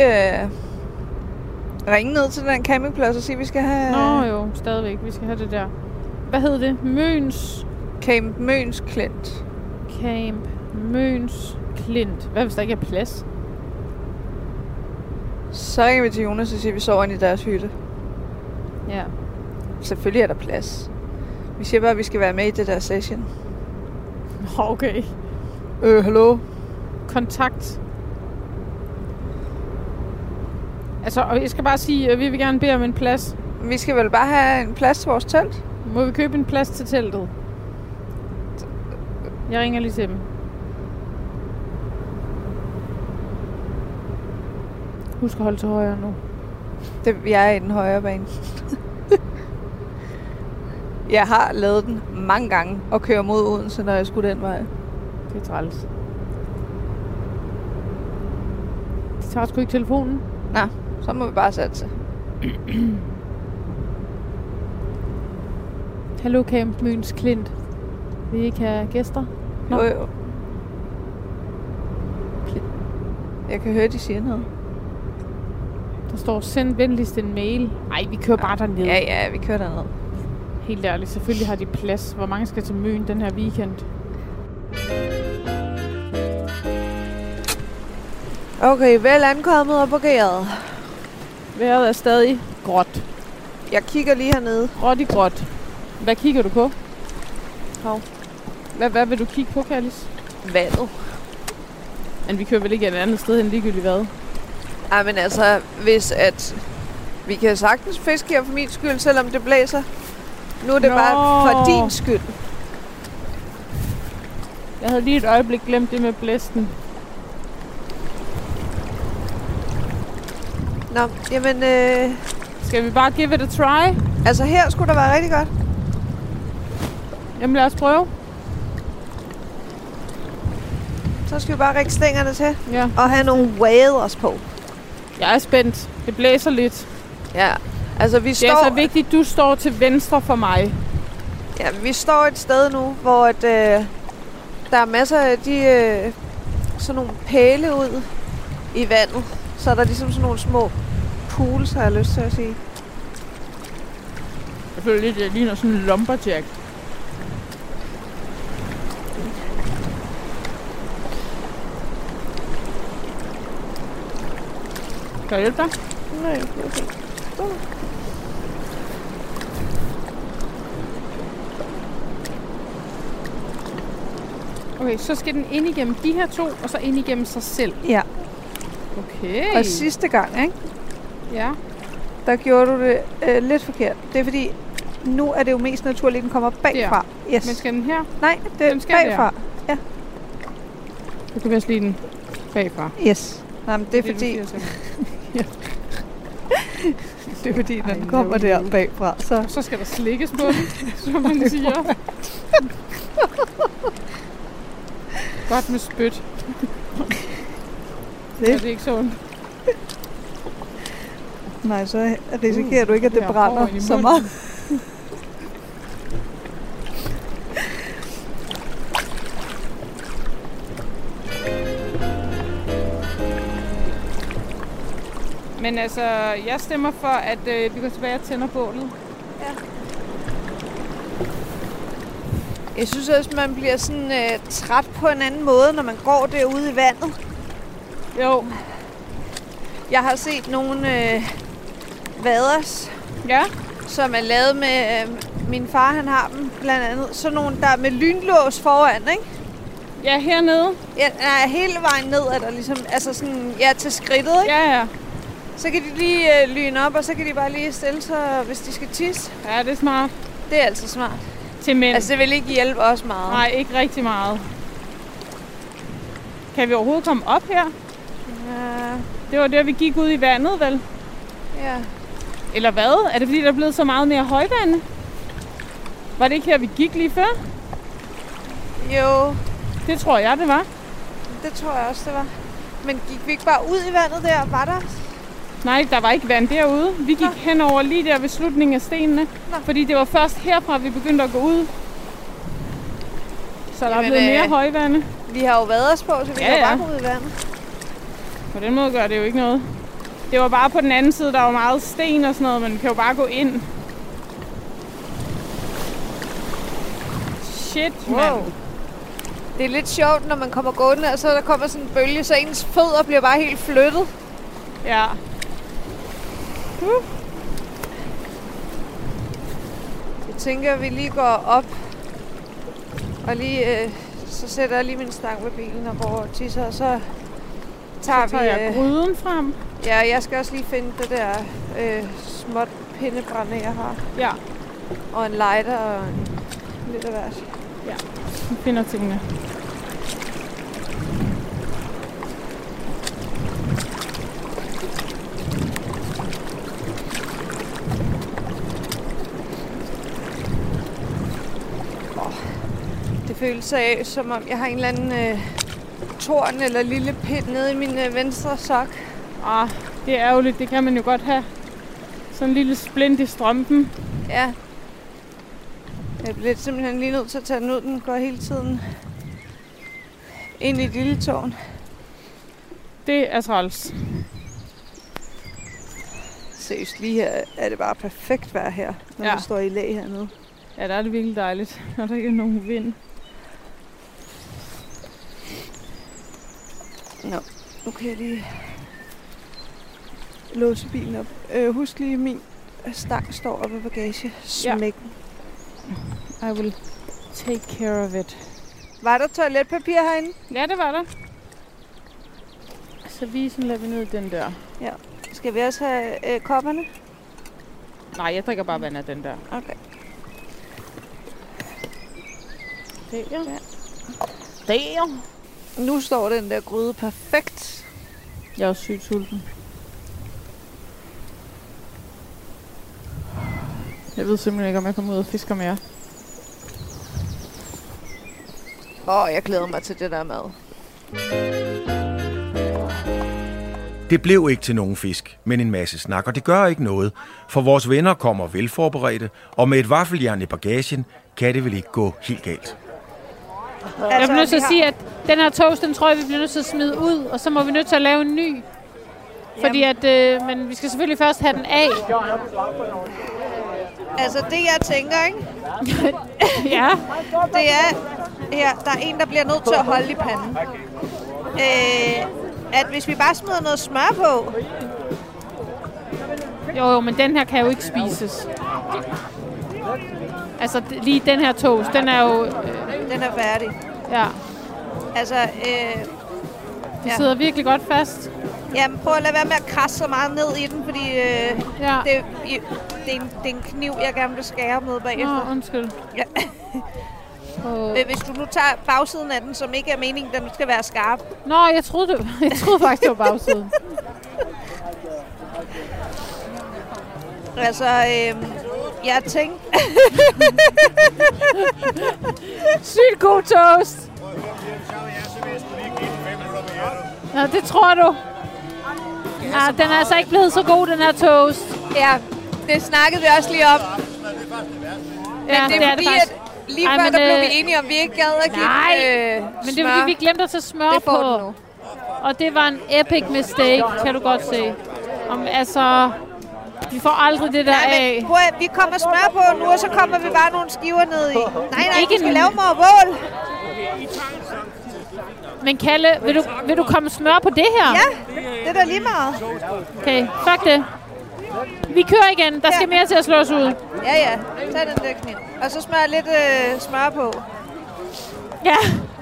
ringe ned til den campingplads og sige, at vi skal have... Nå jo, stadigvæk. Vi skal have det der. Hvad hed det? Camp Møns Klint. Camp Møns Klint. Hvad hvis der ikke er plads? Så ringer vi til Jonas og siger, at vi sover ind i deres hytte. Ja. Selvfølgelig er der plads. Vi siger bare, at vi skal være med i det der session. Okay. Hallo? Kontakt. Altså, og jeg skal bare sige, at vi vil gerne bede om en plads. Vi skal vel bare have en plads til vores telt? Må vi købe en plads til teltet? Jeg ringer lige til dem. Husk at holde til højre nu. Jeg er i den højre bane. Jeg har lavet den mange gange og kører mod Odense, når jeg skulle den vej. Det er træls. De tager sgu ikke telefonen. Nå, så må vi bare satse. Hallo Camp Møns Klint. Vil I ikke have gæster? Jo. Jeg kan høre, de siger noget. Der står, send venligst en mail. Ej, vi kører bare derned. Ja, vi kører derned. Helt ærligt, selvfølgelig har de plads. Hvor mange skal til Møn den her weekend? Okay, vel ankommet og parkeret. Vejret er stadig gråt. Jeg kigger lige hernede. Gråt i gråt. Hvad kigger du på? Hov. Hvad vil du kigge på, Kallis? Vandet. Men vi kører vel ikke et andet sted end ligegyldigt hvad? Ej, men altså, hvis at... Vi kan sagtens fiske her for min skyld, selvom det blæser. Nu er det bare for din skyld. Jeg havde lige et øjeblik glemt det med blæsten. Nå, jamen... Skal vi bare give it a try? Altså, her skulle der være rigtig godt. Jamen, lad os prøve. Så skal vi bare række stængerne til. Ja. Og have nogle waders på. Jeg er spændt. Det blæser lidt. Ja, altså vi står... Det er så vigtigt, du står til venstre for mig. Ja, vi står et sted nu, hvor der er masser af de sådan nogle pæle ud i vandet. Så er der ligesom sådan nogle små pools, har jeg lyst til at sige. Jeg føler lidt, det ligner sådan en lumberjack. Kan jeg hjælpe dig? Nej, okay. Okay, så skal den ind igennem de her to, og så ind igennem sig selv. Ja. Okay. Og sidste gang, ikke? Ja. Der gjorde du det lidt forkert. Det er fordi, nu er det jo mest naturligt, at den kommer bagfra. Yes. Men skal den her? Nej, det er bagfra. Ja. Du kan vist lige den bagfra. Yes. Nej, men det er fordi... Det er fordi, når den kommer der bagfra, så skal der slikkes på den, som man siger. Godt med spyt. Det er ikke sådan. Nej, så risikerer du ikke, at det brænder så meget. Men altså, jeg stemmer for, at vi går tilbage og tænder bålet. Ja. Jeg synes også, man bliver sådan træt på en anden måde, når man går derude i vandet. Jo. Jeg har set nogle vaders, som er lavet med... min far, han har dem blandt andet. Sådan nogle, der er med lynlås foran, ikke? Ja, hernede. Ja, nej, hele vejen ned er der ligesom... Altså sådan, ja, til skridtet, ikke? Ja. Så kan de lige lyne op, og så kan de bare lige stille sig, hvis de skal tisse. Ja, det er smart. Det er altså smart. Til mænd. Altså, det vil ikke hjælpe os meget. Nej, ikke rigtig meget. Kan vi overhovedet komme op her? Ja. Det var der, vi gik ud i vandet, vel? Ja. Eller hvad? Er det fordi, der er blevet så meget mere højvande? Var det ikke her, vi gik lige før? Jo. Det tror jeg, det var. Det tror jeg også, det var. Men gik vi ikke bare ud i vandet der? Var der? Nej, der var ikke vand derude. Vi gik henover lige der ved slutningen af stenene. Fordi det var først herfra, vi begyndte at gå ud. Så der er blevet mere højvande. Vi har jo været os på, så vi kan bare gå ud i vandet. På den måde gør det jo ikke noget. Det var bare på den anden side, der var meget sten og sådan noget, men vi kan jo bare gå ind. Shit, mand. Det er lidt sjovt, når man kommer gående, og så der kommer sådan en bølge, så ens fødder bliver bare helt flyttet. Ja. Jeg tænker, at vi lige går op, og lige, så sætter jeg lige min stang ved bilen og går og tisser, og så tager jeg gryden frem. Ja, jeg skal også lige finde det der småt pindebrænde, jeg har. Ja. Og en lighter og lidt af hvert. Ja, vi finder tingene. Det føles af, som om jeg har en eller anden torn eller lille pind nede i min venstre sok. Det er ærgerligt. Det kan man jo godt have. Sådan en lille splint i strømpen. Ja. Jeg bliver simpelthen lige nødt til at tage den ud. Den går hele tiden ind i lille tårn. Det er træls. Seriøst, lige her er det bare perfekt vejr her, når vi står i læ hernede. Ja, der er det virkelig dejligt, når der ikke er nogen vind. Nå, nu kan jeg lige låse bilen op. Husk lige, min stang står oppe i bagagesmækken. I will take care of it. Var der toiletpapir herinde? Ja, det var der. Så visen lader vi ned i den der. Ja. Skal vi også have kopperne? Nej, jeg drikker bare vand af den der. Okay. Der. Nu står den der gryde perfekt. Jeg er også sygt sulten. Jeg ved simpelthen ikke, om jeg kommer ud og fisker mere. Jeg glæder mig til det der mad. Det blev ikke til nogen fisk, men en masse snak, og det gør ikke noget, for vores venner kommer velforberedte, og med et vaffeljern i bagagen kan det vel ikke gå helt galt. Jeg bliver nødt til at sige, at den her toast, den tror jeg, vi bliver nødt til at smide ud, og så må vi nødt til at lave en ny. Fordi at, men vi skal selvfølgelig først have den af. Altså det jeg tænker, ikke? Ja. Det er, der er en, der bliver nødt til at holde i panden. At hvis vi bare smider noget smør på. Jo, men den her kan jo ikke spises. Altså lige den her toast, den er jo... Den er færdig. Ja. Altså, det sidder virkelig godt fast. Jamen, prøv at lade være med at krasse så meget ned i den, fordi Ja. det er en kniv, jeg gerne vil skære med bagefter. Nå, undskyld. Ja. Hvis du nu tager bagsiden af den, som ikke er meningen, den skal være skarp. Nå, jeg troede faktisk, det var bagsiden. Altså, jeg tænkte... Sygt god toast. Ja, det tror du. Ja, den er altså ikke blevet så god, den her toast. Ja, det snakkede vi også lige om. Ja, Men det er fordi, at lige før, der blev vi enige om, vi ikke gad at give men det er fordi, vi glemte at tage smør på. Nu. Og det var en epic mistake, kan du godt se. Altså, vi får aldrig det der af. Prøv at, vi kommer smør på nu, og så kommer vi bare nogle skiver ned i. Nej, Ikke vi skal lave mig og bål. Men Kalle, vil du komme smør på det her? Ja, det er da lige meget. Okay, fuck det. Vi kører igen. Der skal mere til at slå os ud. Ja. Tag den der kniv. Og så smør lidt smør på. Ja.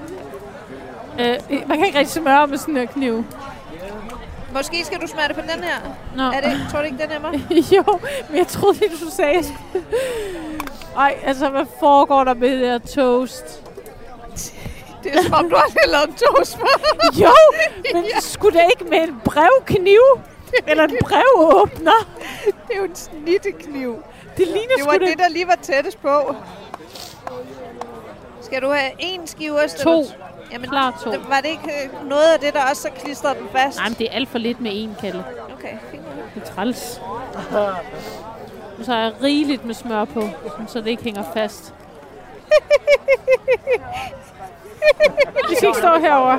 Man kan ikke rigtig smøre med sådan en kniv. Måske skal du smøre det på den her. Nå. Tror du ikke, det er nemmere? Jo, men jeg troede lige, du sagde. Ej, altså, hvad foregår der med det der toast? Det er som om, du har lavet en toast for. Jo, men skulle det ikke med en brevkniv? Eller en brevåbner? Det er jo en snittekniv. Det ligner det var det, der lige var tættest på. Skal du have en skive? 2. Jamen, Klar 2. Var det ikke noget af det, der også så klistrede den fast? Nej, men det er alt for lidt med en, Kalle. Okay, fint. Det er træls. Nu så har jeg rigeligt med smør på, så det ikke hænger fast. Vi skal ikke stå herovre.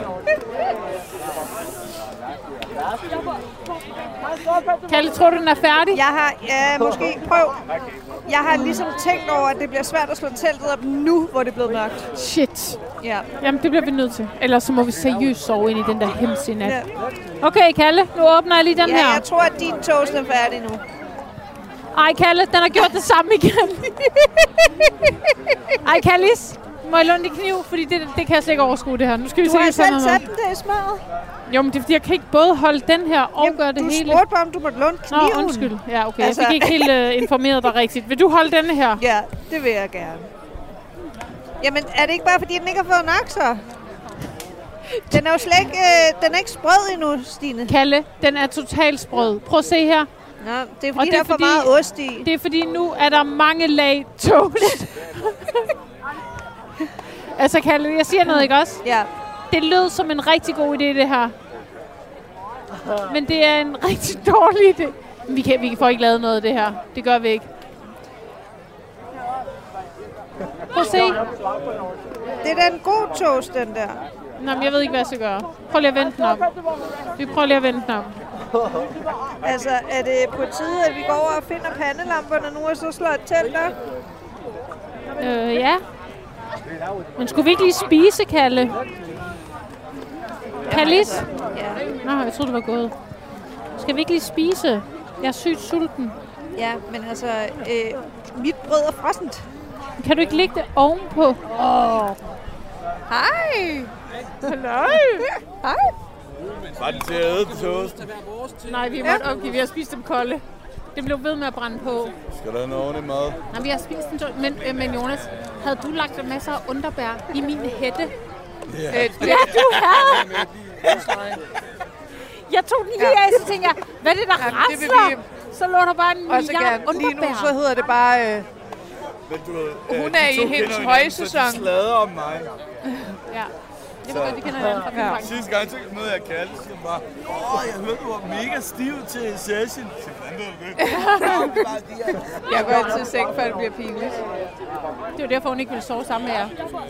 Kalle, tror du, den er færdig? Jeg har, måske prøv. Jeg har ligesom tænkt over, at det bliver svært at slå teltet op nu, hvor det er blevet mørkt. Shit. Ja. Jamen, det bliver vi nødt til. Ellers så må vi seriøst sove ind i den der hemse i nat. Ja. Okay, Kalle, nu åbner jeg lige den her. Ja, jeg tror, at din toast er færdig nu. Ej, Kalle, den har gjort det samme igen. Ej, Kallis, må jeg låne din kniv? Fordi det kan jeg slet ikke overskue det her. Nu skal vi du se, har selv sat den der i smøret. Jo, men det er fordi, jeg kan ikke både holde den her og gøre det hele. Du spurgte bare, om du måtte låne kniven. Nå, undskyld. Ja, okay. Altså. Jeg fik ikke helt informeret dig rigtigt. Vil du holde denne her? Ja, det vil jeg gerne. Jamen, er det ikke bare, fordi den ikke har fået nok, så? Den er jo slet ikke, den er ikke sprød endnu, Stine. Kalle, den er totalt sprød. Prøv at se her. Nå, det er fordi, der er for meget ost i. Det er fordi, nu er der mange lag toast. Altså, Kalle, jeg siger noget, ikke også? Ja. Det lød som en rigtig god idé, det her. Men det er en rigtig dårlig idé. Vi får ikke lavet noget af det her. Det gør vi ikke. Prøv at se. Det er da en god toast, den der. Nå, men jeg ved ikke, hvad jeg skal gøre. Prøv lige at vente den om. Vi prøver lige at vente den om. Altså, er det på tide, at vi går over og finder pandelamperne nu, og så slår et telt op? Ja. Men skulle vi ikke lige spise, Kalle? Kallis? Ja. Nå, jeg troede, det var gået. Skal vi ikke lige spise? Jeg er sygt sulten. Ja, men altså, mit brød er frossent. Kan du ikke lægge det ovenpå? Hej! Hallo! Hej! Var det til at æde den toast? Nej, vi måtte opgive. Vi har spist dem kolde. Det blev ved med at brænde på. Skal der have noget ordentligt mad? Nej, vi har spist den toast. Men Jonas, havde du lagt masser af underbær i min hætte? Ja. Ja, du havde! Jeg tog den lige af, så tænkte jeg, hvad er det, der rasler? Så lå der bare en milliard underbær. Lige nu, så hedder det bare... Men du, hun er i hendes højsæson. Så de slader om mig. Ja. Jeg ved godt, de kender hinanden fra Finland. Sidste gang, så mødte jeg Kalle, så bare, jeg hørte, du var mega stiv til session. Så fanden det. Jeg går altid i seng, før det bliver pinligt. Det er jo derfor, hun ikke vil sove sammen med jer.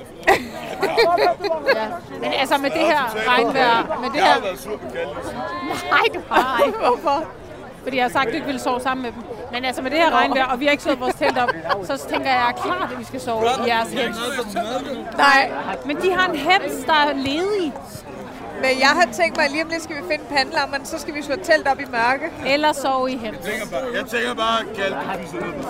Ja. Men altså med det her regnvejr... Med det Jeg her... har været sur på Kalle. Nej, du har ikke. Hvorfor? Fordi jeg har sagt, at du ikke ville sove sammen med dem. Men altså med det her regnvejr, og vi har ikke slået vores telt op, så tænker jeg klart, at vi skal sove i jeres hems. Nej. Men de har en hems, der er ledig. Men jeg har tænkt mig, at lige om lidt skal vi finde pandelamperne, så skal vi slå telt op i mørke. Eller sove i hems. Jeg tænker bare, at Kalle kan pysse ud på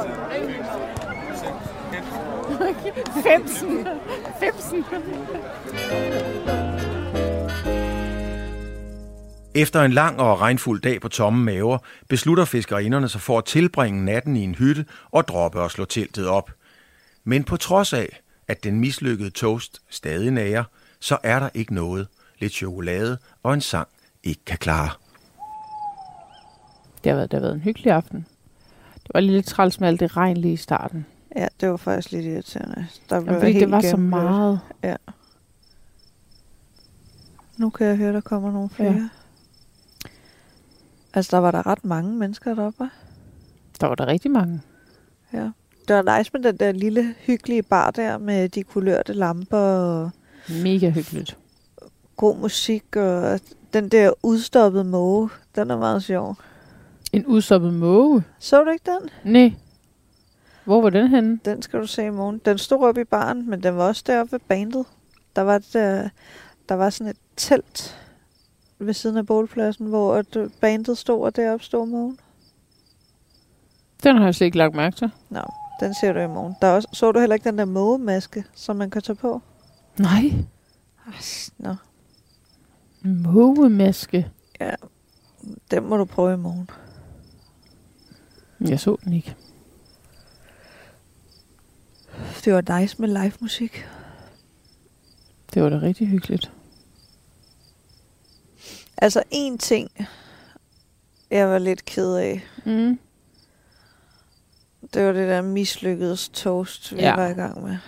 Femsen. Femsen. Efter en lang og regnfuld dag på tomme maver, beslutter fiskerinderne sig for at tilbringe natten i en hytte og droppe og slå teltet op. Men på trods af, at den mislykkede toast stadig nager, så er der ikke noget, lidt chokolade og en sang ikke kan klare. Det har været en hyggelig aften. Det var lidt træls med alt det regn lige i starten. Ja, det var faktisk lidt irriterende. Fordi det var så meget. Ja. Nu kan jeg høre, der kommer nogle flere. Ja. Altså, der var der ret mange mennesker deroppe, hva'? Der var der rigtig mange. Ja. Det var nice med den der lille, hyggelige bar der, med de kulørte lamper og... Mega hyggeligt. God musik, og den der udstoppede måge, den er meget sjov. En udstoppet måge? Så du ikke den? Nej. Hvor var den henne? Den skal du se i morgen. Den stod oppe i baren, men den var også deroppe ved bandet. Der var sådan et telt ved siden af bålpladsen, hvor bandet stod, og deroppe stod mågen. Den har jeg slet ikke lagt mærke til. Nå, den ser du i morgen. Der er også, så du heller ikke den der mågemaske, som man kan tage på? Nej. Nå. Mågemaske? Ja, den må du prøve i morgen. Jeg så den ikke. Det var nice med live musik. Det var da rigtig hyggeligt. Altså en ting, jeg var lidt ked af. Mm. Det var det der mislykkedes toast, vi var i gang med.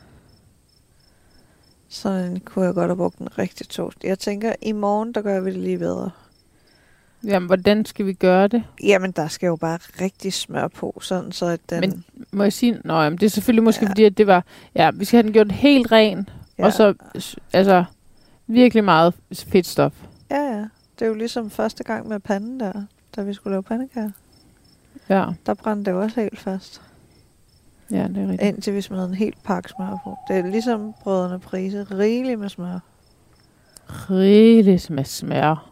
Sådan kunne jeg godt have brugt en rigtig toast. Jeg tænker, i morgen, der gør vi det lige bedre. Jamen, hvordan skal vi gøre det? Jamen, der skal jo bare rigtig smør på, sådan så at den... Men må jeg sige... Nå, jamen, det er selvfølgelig måske fordi, at det var... Ja, vi skal have den gjort helt ren. Ja. Og så, altså, virkelig meget fedt stof. Ja, ja. Det er jo ligesom første gang med panden der, da vi skulle lave pandekager. Ja. Der brændte det jo også helt fast. Ja, det er rigtigt. Indtil vi smed en helt pakke smør på. Det er ligesom Brødrene Price. Rigeligt med smør. Rigeligt med smør.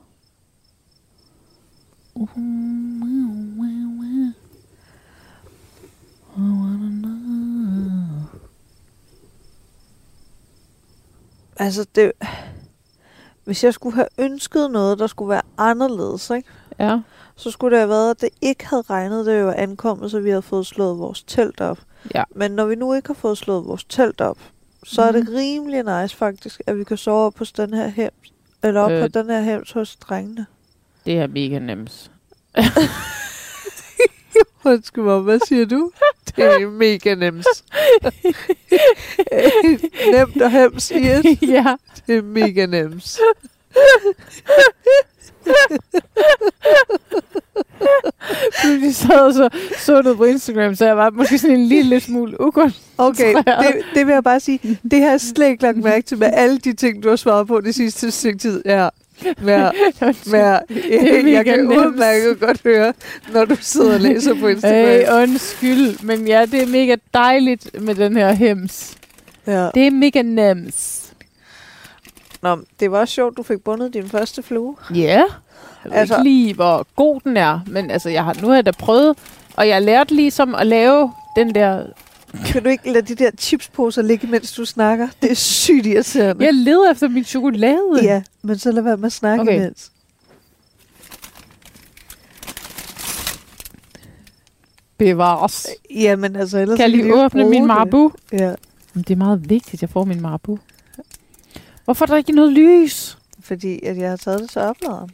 Altså, det... Hvis jeg skulle have ønsket noget, der skulle være anderledes, ikke? Ja. Så skulle det have været, at det ikke havde regnet, det jo ankommet, så vi havde fået slået vores telt op. Ja. Men når vi nu ikke har fået slået vores telt op, så er det rimelig nice faktisk, at vi kan sove op på den her hems, eller op på den her hems hos drengene. Det er mega nemt. Undskyld mig, hvad siger du? Det er mega nemt. Nemt og hems i et. Ja. Det er mega nemt. De sad og så noget på Instagram, så jeg var måske sådan en lille smule Okay, det vil jeg bare sige. Det har jeg slet ikke lagt mærke til med alle de ting, du har svaret på det sidste stykke tid. Ja. Jeg kan udmærket godt høre, når du sidder og læser på Instagram. Undskyld, men ja, det er mega dejligt med den her hems. Ja. Det er mega nemt. Nå, det var også sjovt, du fik bundet din første flue. Ja. Jeg ved ikke lige, hvor god den er, men altså, nu har jeg da prøvet, og jeg lærte ligesom at lave den der... Kan du ikke lade de der chipsposer ligge, mens du snakker? Det er sygt irriterende. Jeg leder efter min chokolade. Ja, men så lad være med at snakke imens. Bevares. Jamen altså, ellers... Kan jeg lige åbne min Marabu? Ja. Men det er meget vigtigt, at jeg får min Marabu. Hvorfor er der ikke noget lys? Fordi at jeg har taget det til opladeren.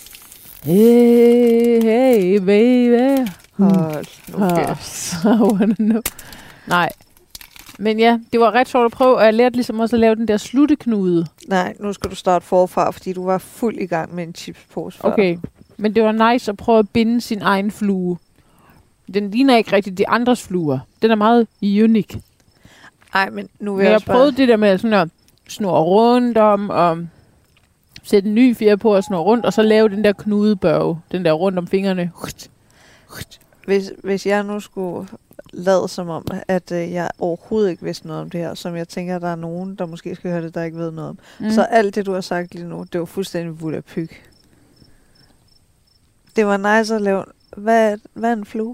Hey, baby. Hold nu kæft. Nej. Men ja, det var ret sjovt at prøve, og jeg lærte ligesom også at lave den der slutteknude. Nej, nu skal du starte forfra, fordi du var fuld i gang med en chipspose før. Okay, men det var nice at prøve at binde sin egen flue. Den ligner ikke rigtig de andres fluer. Den er meget unik. Nej, men nu vil jeg prøvede det der med sådan at snurre rundt om, og sætte en ny fjer på og snurre rundt, og så lave den der knudebørge, den der rundt om fingrene. Hvis jeg nu skulle lade som om, at jeg overhovedet ikke vidste noget om det her, som jeg tænker, at der er nogen, der måske skal høre det, der ikke ved noget om. Så alt det, du har sagt lige nu, det var fuldstændig vulapyg. Det var nice at lave... Hvad er en flue?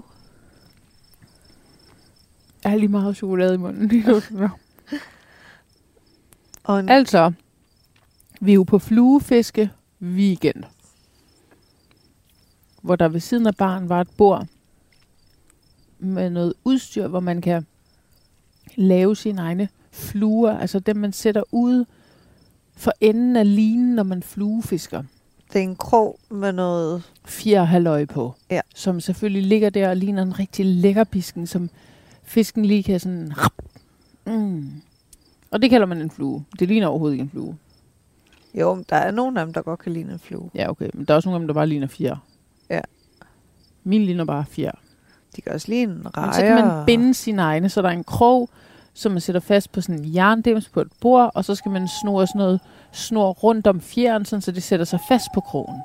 Jeg har lige meget chokolade i munden lige nu. Og altså, vi er jo på fluefiske weekend. hvor der ved siden af baren var et bord med noget udstyr, hvor man kan lave sine egne fluer, altså dem man sætter ude for enden af linen, når man fluefisker. Det er en krog med noget fjerhalløj på, ja. Som selvfølgelig ligger der og ligner en rigtig lækker bisken, som fisken lige kan sådan... Og det kalder man en flue. Det ligner overhovedet ikke en flue. Jo, der er nogle af dem, der godt kan ligne en flue. Ja, okay. Men der er også nogle af dem, der bare ligner fjer. Ja. Min ligner bare fjer. De kan også ligne en rejer. Men så kan man binde sine egne, så der er en krog, som man sætter fast på sådan en jerndims på et bord, og så skal man snurre sådan noget snor rundt om fjeren, sådan, så det sætter sig fast på krogen.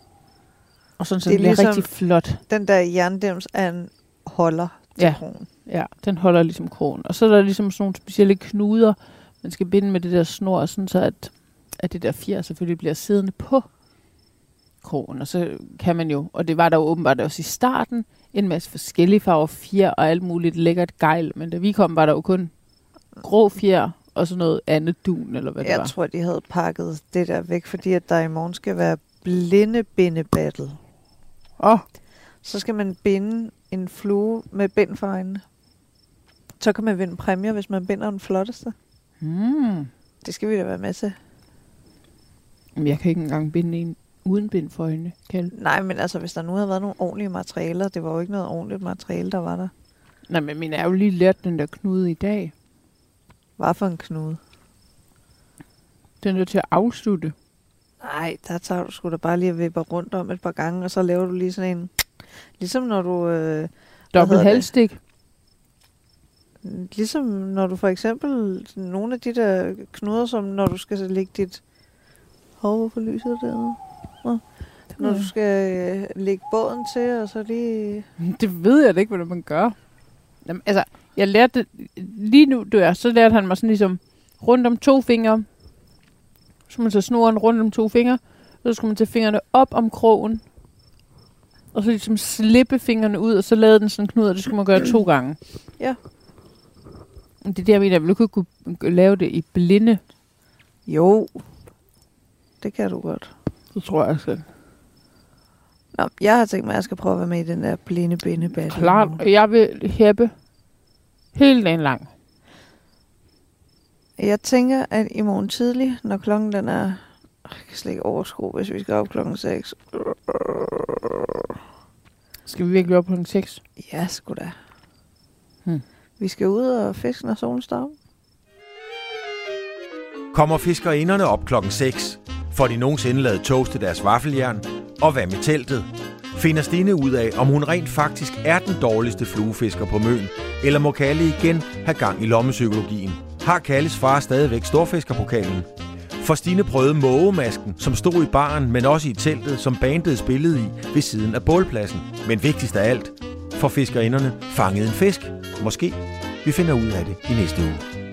Og sådan, så det bliver ligesom rigtig flot. Den der jerndims er en holder til krogen. Ja, den holder ligesom krogen. Og så er der ligesom sådan nogle specielle knuder, man skal binde med det der snor, sådan så at det der fjer selvfølgelig bliver siddende på krogen. Og så kan man jo, og det var der jo åbenbart også i starten, en masse forskellige farver fjer og alt muligt lækkert gejl. Men da vi kom, var der jo kun grå fjer og sådan noget andet dun, eller hvad det var. Jeg tror, de havde pakket det der væk, fordi at der i morgen skal være blindebindebattle. Så skal man binde en flue med bind for øjnene. Så kan man vinde præmier, hvis man binder den flotteste. Det skal vi da være med til. Men jeg kan ikke engang binde en uden bind for øjnene, Kjeld. Nej, men altså, hvis der nu havde været nogle ordentlige materialer, det var jo ikke noget ordentligt materiale, der var der. Nej, men jeg har jo lige lært den der knude i dag. Hvad for en knude? Den er til at afslutte. Nej, der tager du sgu da bare lige at vippe rundt om et par gange, og så laver du lige sådan en... Ligesom når du... dobbelt halsstik. Ligesom når du for eksempel... Nogle af de der knuder, som når du skal lægge dit... hvorfor lyser det dernede? Når du skal lægge båden til, og så lige... Det ved jeg da ikke, hvordan man gør. Jamen, altså, jeg lærte det... Lige nu, så lærte han mig sådan ligesom... Rundt om 2 fingre. Så skal man tage snoren rundt om 2 fingre. Så skal man tage fingrene op om krogen. Og så ligesom slippe fingrene ud, og så lade den sådan en knude, og det skal man gøre 2 gange. Ja. Det er det, jeg mener, jeg vil ikke kunne lave det i blinde. Jo. Det kan du godt. Det tror jeg selv. Nå, jeg har tænkt mig, at jeg skal prøve at være med i den der blinde-binde-battle. Klart, og jeg vil hæppe hele dagen lang. Jeg tænker, at i morgen tidlig, når klokken den er... Jeg kan slet ikke overskue, hvis vi skal op klokken 6. Skal vi virkelig op klokken 6? Ja, sgu da. Vi skal ud og fiske, når solen står op. Kommer fiskerinderne op klokken 6, får de nogensinde lavet toast til deres vaffeljern, og hvad med teltet? Finder Stine ud af, om hun rent faktisk er den dårligste fluefisker på Møn, eller må Kalle igen have gang i lommepsykologien? Har Kalles far stadigvæk storfiskerpokalen? For Stine prøvede mågemasken, som stod i baren, men også i teltet, som bandet spillede i ved siden af bålpladsen. Men vigtigst af alt, for fiskerinderne fangede en fisk. Måske. Vi finder ud af det i næste uge.